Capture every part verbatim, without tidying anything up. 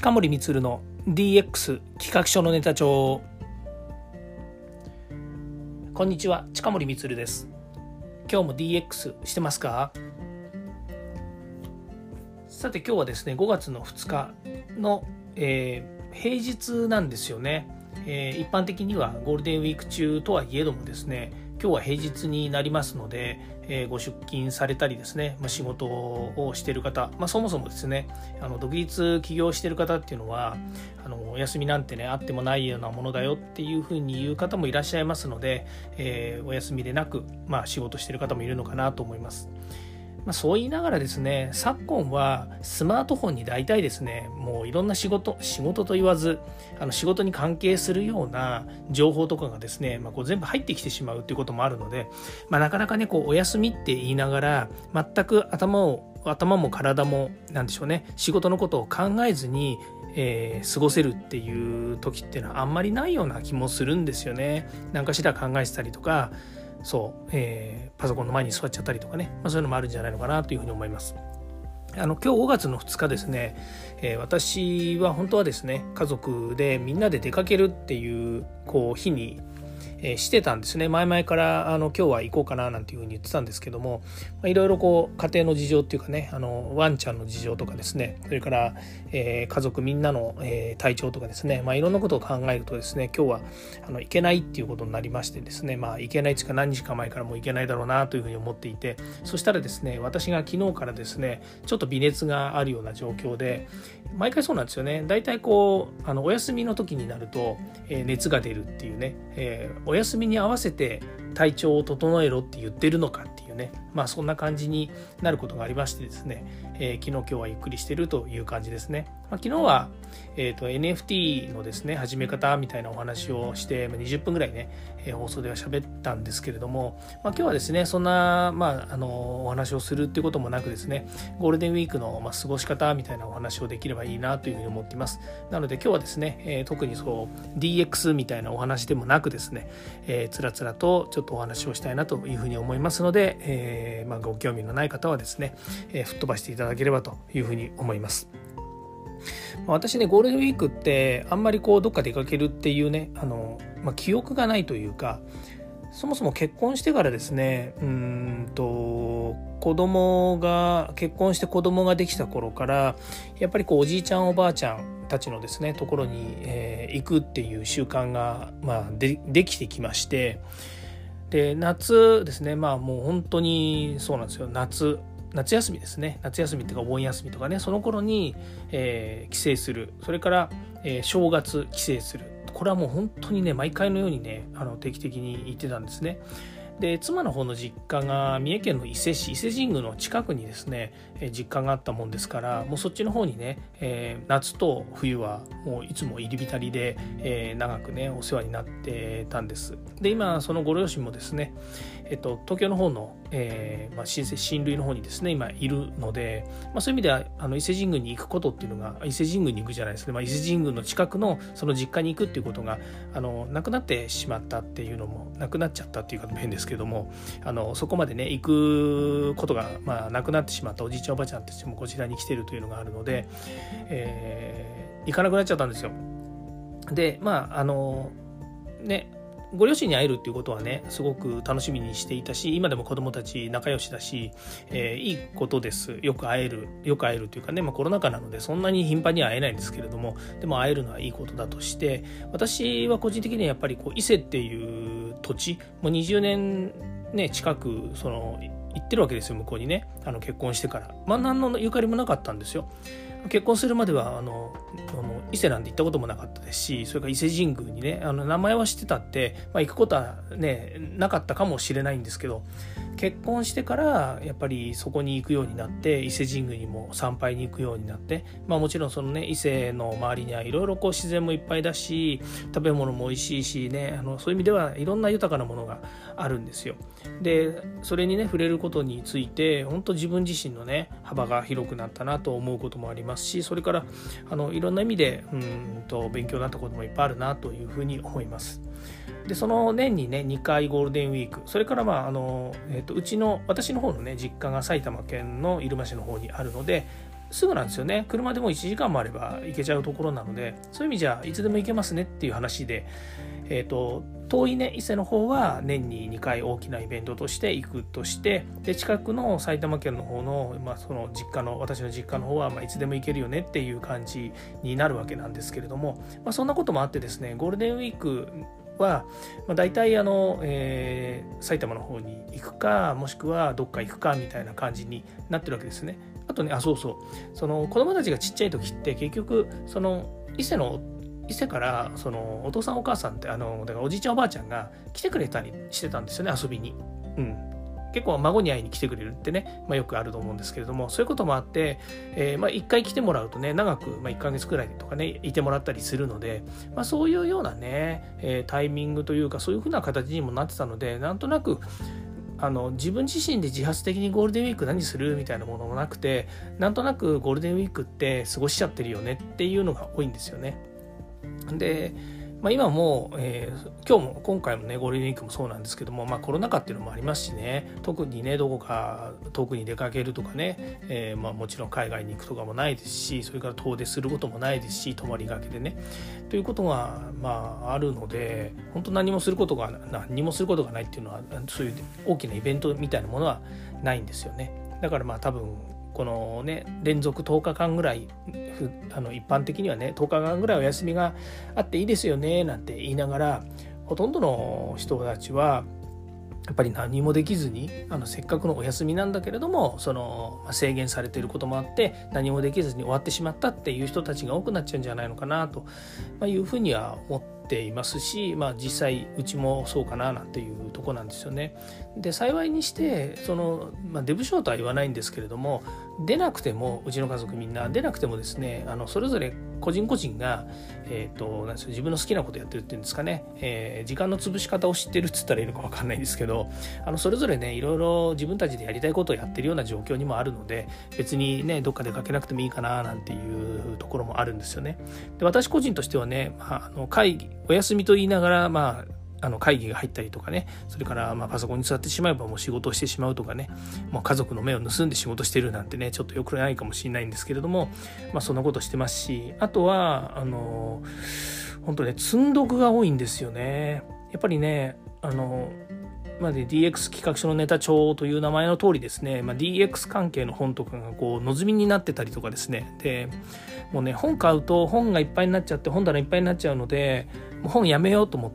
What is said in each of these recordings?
近森光の ディーエックス 企画書のネタ帳。こんにちは、近森光です。今日も ディーエックス してますか？さて今日はですねごがつのふつかの、えー、平日なんですよね。えー、一般的にはゴールデンウィーク中とはいえどもですね、今日は平日になりますので、えー、ご出勤されたりですね、まあ、仕事をしている方、まあ、そもそもですねあの独立起業している方っていうのはあのお休みなんてねあってもないようなものだよっていうふうに言う方もいらっしゃいますので、えー、お休みでなく、まあ、仕事している方もいるのかなと思います。まあ、そう言いながらですね、昨今はスマートフォンに大体ですね、もういろんな仕事、仕事と言わず、あの仕事に関係するような情報とかがですね、まあ、こう全部入ってきてしまうということもあるので、まあ、なかなかね、こうお休みって言いながら、全く頭を、頭も体も、なんでしょうね、仕事のことを考えずに、えー、過ごせるっていう時っていうのはあんまりないような気もするんですよね。何かしら考えてたりとか、そう、えー、パソコンの前に座っちゃったりとかね、まあ、そういうのもあるんじゃないのかなというふうに思います。あの今日ごがつのふつかですね、えー、私は本当はですね家族でみんなで出かけるっていう、こう日にえー、してたんですね。前々からあの今日は行こうかななんていうふうに言ってたんですけども、いろいろこう家庭の事情っていうかね、あのワンちゃんの事情とかですね、それから、えー、家族みんなの、えー、体調とかですね、まあ、いろんなことを考えるとですね、今日はあの行けないっていうことになりましてですね、まあ行けないっていうか何日か前からもう行けないだろうなというふうに思っていて、そしたらですね、私が昨日からですねちょっと微熱があるような状況で、毎回そうなんですよね。だいたいこうあのお休みの時になると、えー、熱が出るっていうね、えーお休みに合わせて体調を整えろって言ってるのかっていうね、まあそんな感じになることがありましてですね、えー、昨日今日はゆっくりしてるという感じですね。まあ、昨日は、えーと、エヌエフティー のですね始め方みたいなお話をしてにじゅっぷんぐらいね、えー、放送では喋ったんですけれども、まあ、今日はですねそんな、まあ、あのお話をするっていうこともなくですね、ゴールデンウィークの、まあ、過ごし方みたいなお話をできればいいなというふうに思っています。なので今日はですね、えー、特にそう ディーエックス みたいなお話でもなくですね、えー、つらつらとちょっとお話をしたいなというふうに思いますので、えーまあ、ご興味のない方はですね、えー、吹っ飛ばしていただければというふうに思います。私ねゴールデンウィークってあんまりこうどっか出かけるっていうねあの、まあ、記憶がないというか、そもそも結婚してからですねうーんと子供が結婚して子供ができた頃からやっぱりこうおじいちゃんおばあちゃんたちのですねところに、えー、行くっていう習慣が、まあ、で, できてきまして、で夏ですね、まあもう本当にそうなんですよ、夏夏休みですね、夏休みっていうかお盆休みとかね、その頃に、えー、帰省する、それから、えー、正月帰省する、これはもう本当にね毎回のようにねあの定期的に行ってたんですね。で妻の方の実家が三重県の伊勢市伊勢神宮の近くにですね、えー、実家があったもんですから、もうそっちの方にね、えー、夏と冬はもういつも入り浸りで、えー、長くねお世話になってたんです。で今そのご両親もですね、えっと、東京の方の、えーまあ、親親類の方にですね今いるので、まあ、そういう意味ではあの伊勢神宮に行くことっていうのが伊勢神宮に行くじゃないですね、まあ、伊勢神宮の近くのその実家に行くっていうことがあのなくなってしまったっていうのもなくなっちゃったっていうか変ですけども、あのそこまでね行くことが、まあ、なくなってしまったおじいちゃんおばあちゃんたちもこちらに来てるというのがあるので、えー、行かなくなっちゃったんですよ。でまああのねご両親に会えるっていうことはねすごく楽しみにしていたし、今でも子供たち仲良しだし、えー、いいことです。よく会えるよく会えるというかね、まあ、コロナ禍なのでそんなに頻繁には会えないんですけれども、でも会えるのはいいことだとして、私は個人的にはやっぱりこう伊勢っていう土地もうにじゅうねん、ね、近くその行ってるわけですよ、向こうにね、あの結婚してから。まあ何のゆかりもなかったんですよ。結婚するまではあのあの伊勢なんて行ったこともなかったですし、それから伊勢神宮にねあの名前は知ってたって、まあ、行くことはねなかったかもしれないんですけど、結婚してからやっぱりそこに行くようになって、伊勢神宮にも参拝に行くようになって、まあもちろんそのね伊勢の周りにはいろいろこう自然もいっぱいだし、食べ物も美味しいしね、あのそういう意味ではいろんな豊かなものがあるんですよ。でそれにね触れることについて本当自分自身のね幅が広くなったなと思うこともありますし、それからあのいろんな意味でうんと勉強になったこともいっぱいあるなというふうに思います。でその年にねにかいゴールデンウィーク、それからまああの、えー、とうちの私の方のね実家が埼玉県の入間市の方にあるので、 すぐなんですよね。車でもいちじかんもあれば行けちゃうところなので、そういう意味じゃいつでも行けますねっていう話で、えーと、遠いね伊勢の方は年ににかい大きなイベントとして行くとして、で近くの埼玉県の方の、まあ、その実家の私の実家の方は、まあ、いつでも行けるよねっていう感じになるわけなんですけれども、まあ、そんなこともあってですね、ゴールデンウィークは、まあ、大体あの、えー、埼玉の方に行くか、もしくはどっか行くかみたいな感じになってるわけですね。あとね、あ、そうそう、その子供たちがちっちゃい時って結局その伊勢の伊勢からそのお父さんお母さんってあのだからおじいちゃんおばあちゃんが来てくれたりしてたんですよね、遊びに。うん。結構孫に会いに来てくれるってね、まあ、よくあると思うんですけれども、そういうこともあって、えー、まあいっかい来てもらうとね、長く、まあ、いっかげつくらいとかねいてもらったりするので、まあ、そういうようなね、えー、タイミングというかそういうふうな形にもなってたので、なんとなくあの自分自身で自発的にゴールデンウィーク何するみたいなものもなくて、なんとなくゴールデンウィークって過ごしちゃってるよねっていうのが多いんですよね。で、まあ、今も、えー、今日も今回もねゴールデンウィークもそうなんですけども、まあ、コロナ禍っていうのもありますしね、特にねどこか遠くに出かけるとかね、えーまあ、もちろん海外に行くとかもないですし、それから遠出することもないですし、泊まりがけでねということが、まあ、あるので、本当何もすることが何もすることがないっていうのは、そういう大きなイベントみたいなものはないんですよね。だからまあ多分このね連続とおかかんぐらい、あの一般的にはねとおかかんぐらいお休みがあっていいですよねなんて言いながら、ほとんどの人たちはやっぱり何もできずに、あのせっかくのお休みなんだけれども、その制限されていることもあって何もできずに終わってしまったっていう人たちが多くなっちゃうんじゃないのかなというふうには思っていますし、まあ、実際うちもそうかななんていうとこなんですよね。で幸いにしてその、まあ、出不精とは言わないんですけれども、出なくてもうちの家族みんな出なくてもですね、あのそれぞれ個人個人が、えーと、なんですよ、自分の好きなことやってるっていうんですかね、えー、時間の潰し方を知ってるっつったらいいのか分かんないんですけど、あのそれぞれねいろいろ自分たちでやりたいことをやってるような状況にもあるので、別にねどっか出かけなくてもいいかななんていうところもあるんですよね。で私個人としてはね、まあ、あの会議お休みと言いながら、まああの会議が入ったりとかね、それからまあパソコンに座ってしまえばもう仕事をしてしまうとかね、もう家族の目を盗んで仕事してるなんてねちょっとよくないかもしれないんですけれども、まあそんなことしてますし、あとはあの本当ね積んどくが多いんですよね。やっぱりねあのまあ、ディーエックス 企画書のネタ帳という名前の通りですね、まあ、ディーエックス 関係の本とかがこうのずみになってたりとかですね、でもうね本買うと本がいっぱいになっちゃって本棚いっぱいになっちゃうので、もう本やめようと思って、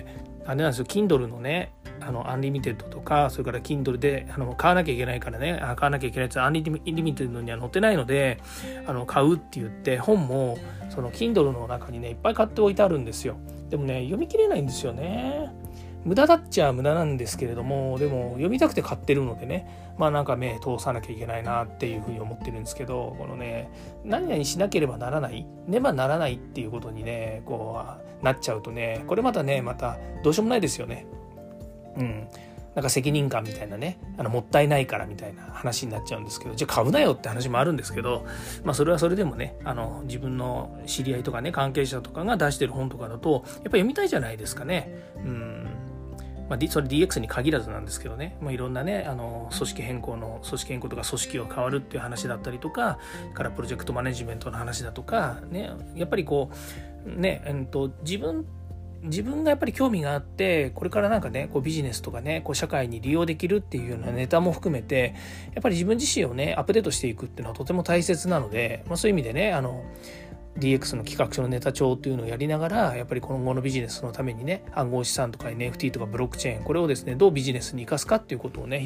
あれなんですよ、 Kindle のねあのアンリミテッドとか、それから Kindle であの買わなきゃいけないからね、あ買わなきゃいけないやつアンリミテッドには載ってないのであの買うって言って、本もその Kindle の中にねいっぱい買っておいてあるんですよ。でもね読み切れないんですよね。無駄だっちゃ無駄なんですけれども、でも読みたくて買ってるのでね、まあなんか目通さなきゃいけないなっていうふうに思ってるんですけど、このね何々しなければならないねばならないっていうことにねこうなっちゃうとね、これまたねまたどうしようもないですよね。うんなんか責任感みたいなね、あのもったいないからみたいな話になっちゃうんですけど、じゃあ買うなよって話もあるんですけど、まあそれはそれでもね、あの自分の知り合いとかね関係者とかが出してる本とかだとやっぱ読みたいじゃないですかね。うんまあ、それ ディーエックス に限らずなんですけどね、まあ、いろんなねあの組織変更の組織変更とか組織が変わるっていう話だったりとかからプロジェクトマネジメントの話だとかね、やっぱりこうね、えっと、自分自分がやっぱり興味があって、これからなんかねこうビジネスとかねこう社会に利用できるっていうようなネタも含めて、やっぱり自分自身をねアップデートしていくっていうのはとても大切なので、まあ、そういう意味でねあのディーエックス の企画書のネタ帳っていうのをやりながら、やっぱり今後のビジネスのためにね暗号資産とか エヌエフティー とかブロックチェーン、これをですねどうビジネスに生かすかっていうことをね日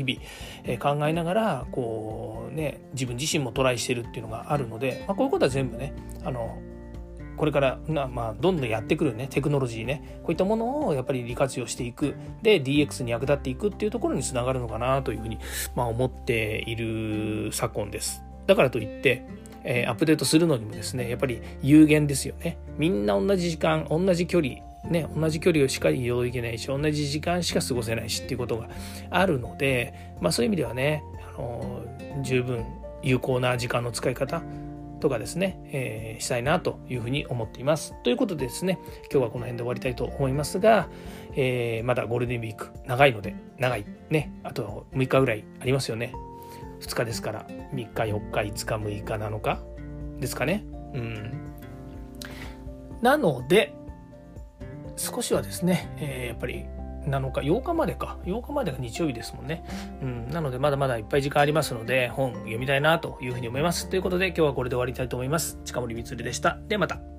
々考えながらこうね自分自身もトライしてるっていうのがあるので、まあ、こういうことは全部ねあのこれからな、まあ、どんどんやってくるねテクノロジーね、こういったものをやっぱり利活用していく、で ディーエックス に役立っていくっていうところにつながるのかなというふうに、まあ、思っている昨今です。だからといってえー、アップデートするのにもですねやっぱり有限ですよね。みんな同じ時間同じ距離ね同じ距離をしか移動できないし、同じ時間しか過ごせないしっていうことがあるので、まあそういう意味ではね、あのー、十分有効な時間の使い方とかですね、えー、したいなというふうに思っています。ということでですね、今日はこの辺で終わりたいと思いますが、えー、まだゴールデンウィーク長いので長いね、あとむいかぐらいありますよね。 ふつかですからみっかよっかいつかむいかなのかですかね。うんなので少しはですね、えー、やっぱりなのかようかまでかようかまでが日曜日ですもんね、うん、なのでまだまだいっぱい時間ありますので本読みたいなというふうに思います。ということで今日はこれで終わりたいと思います。近森光でした。ではまた。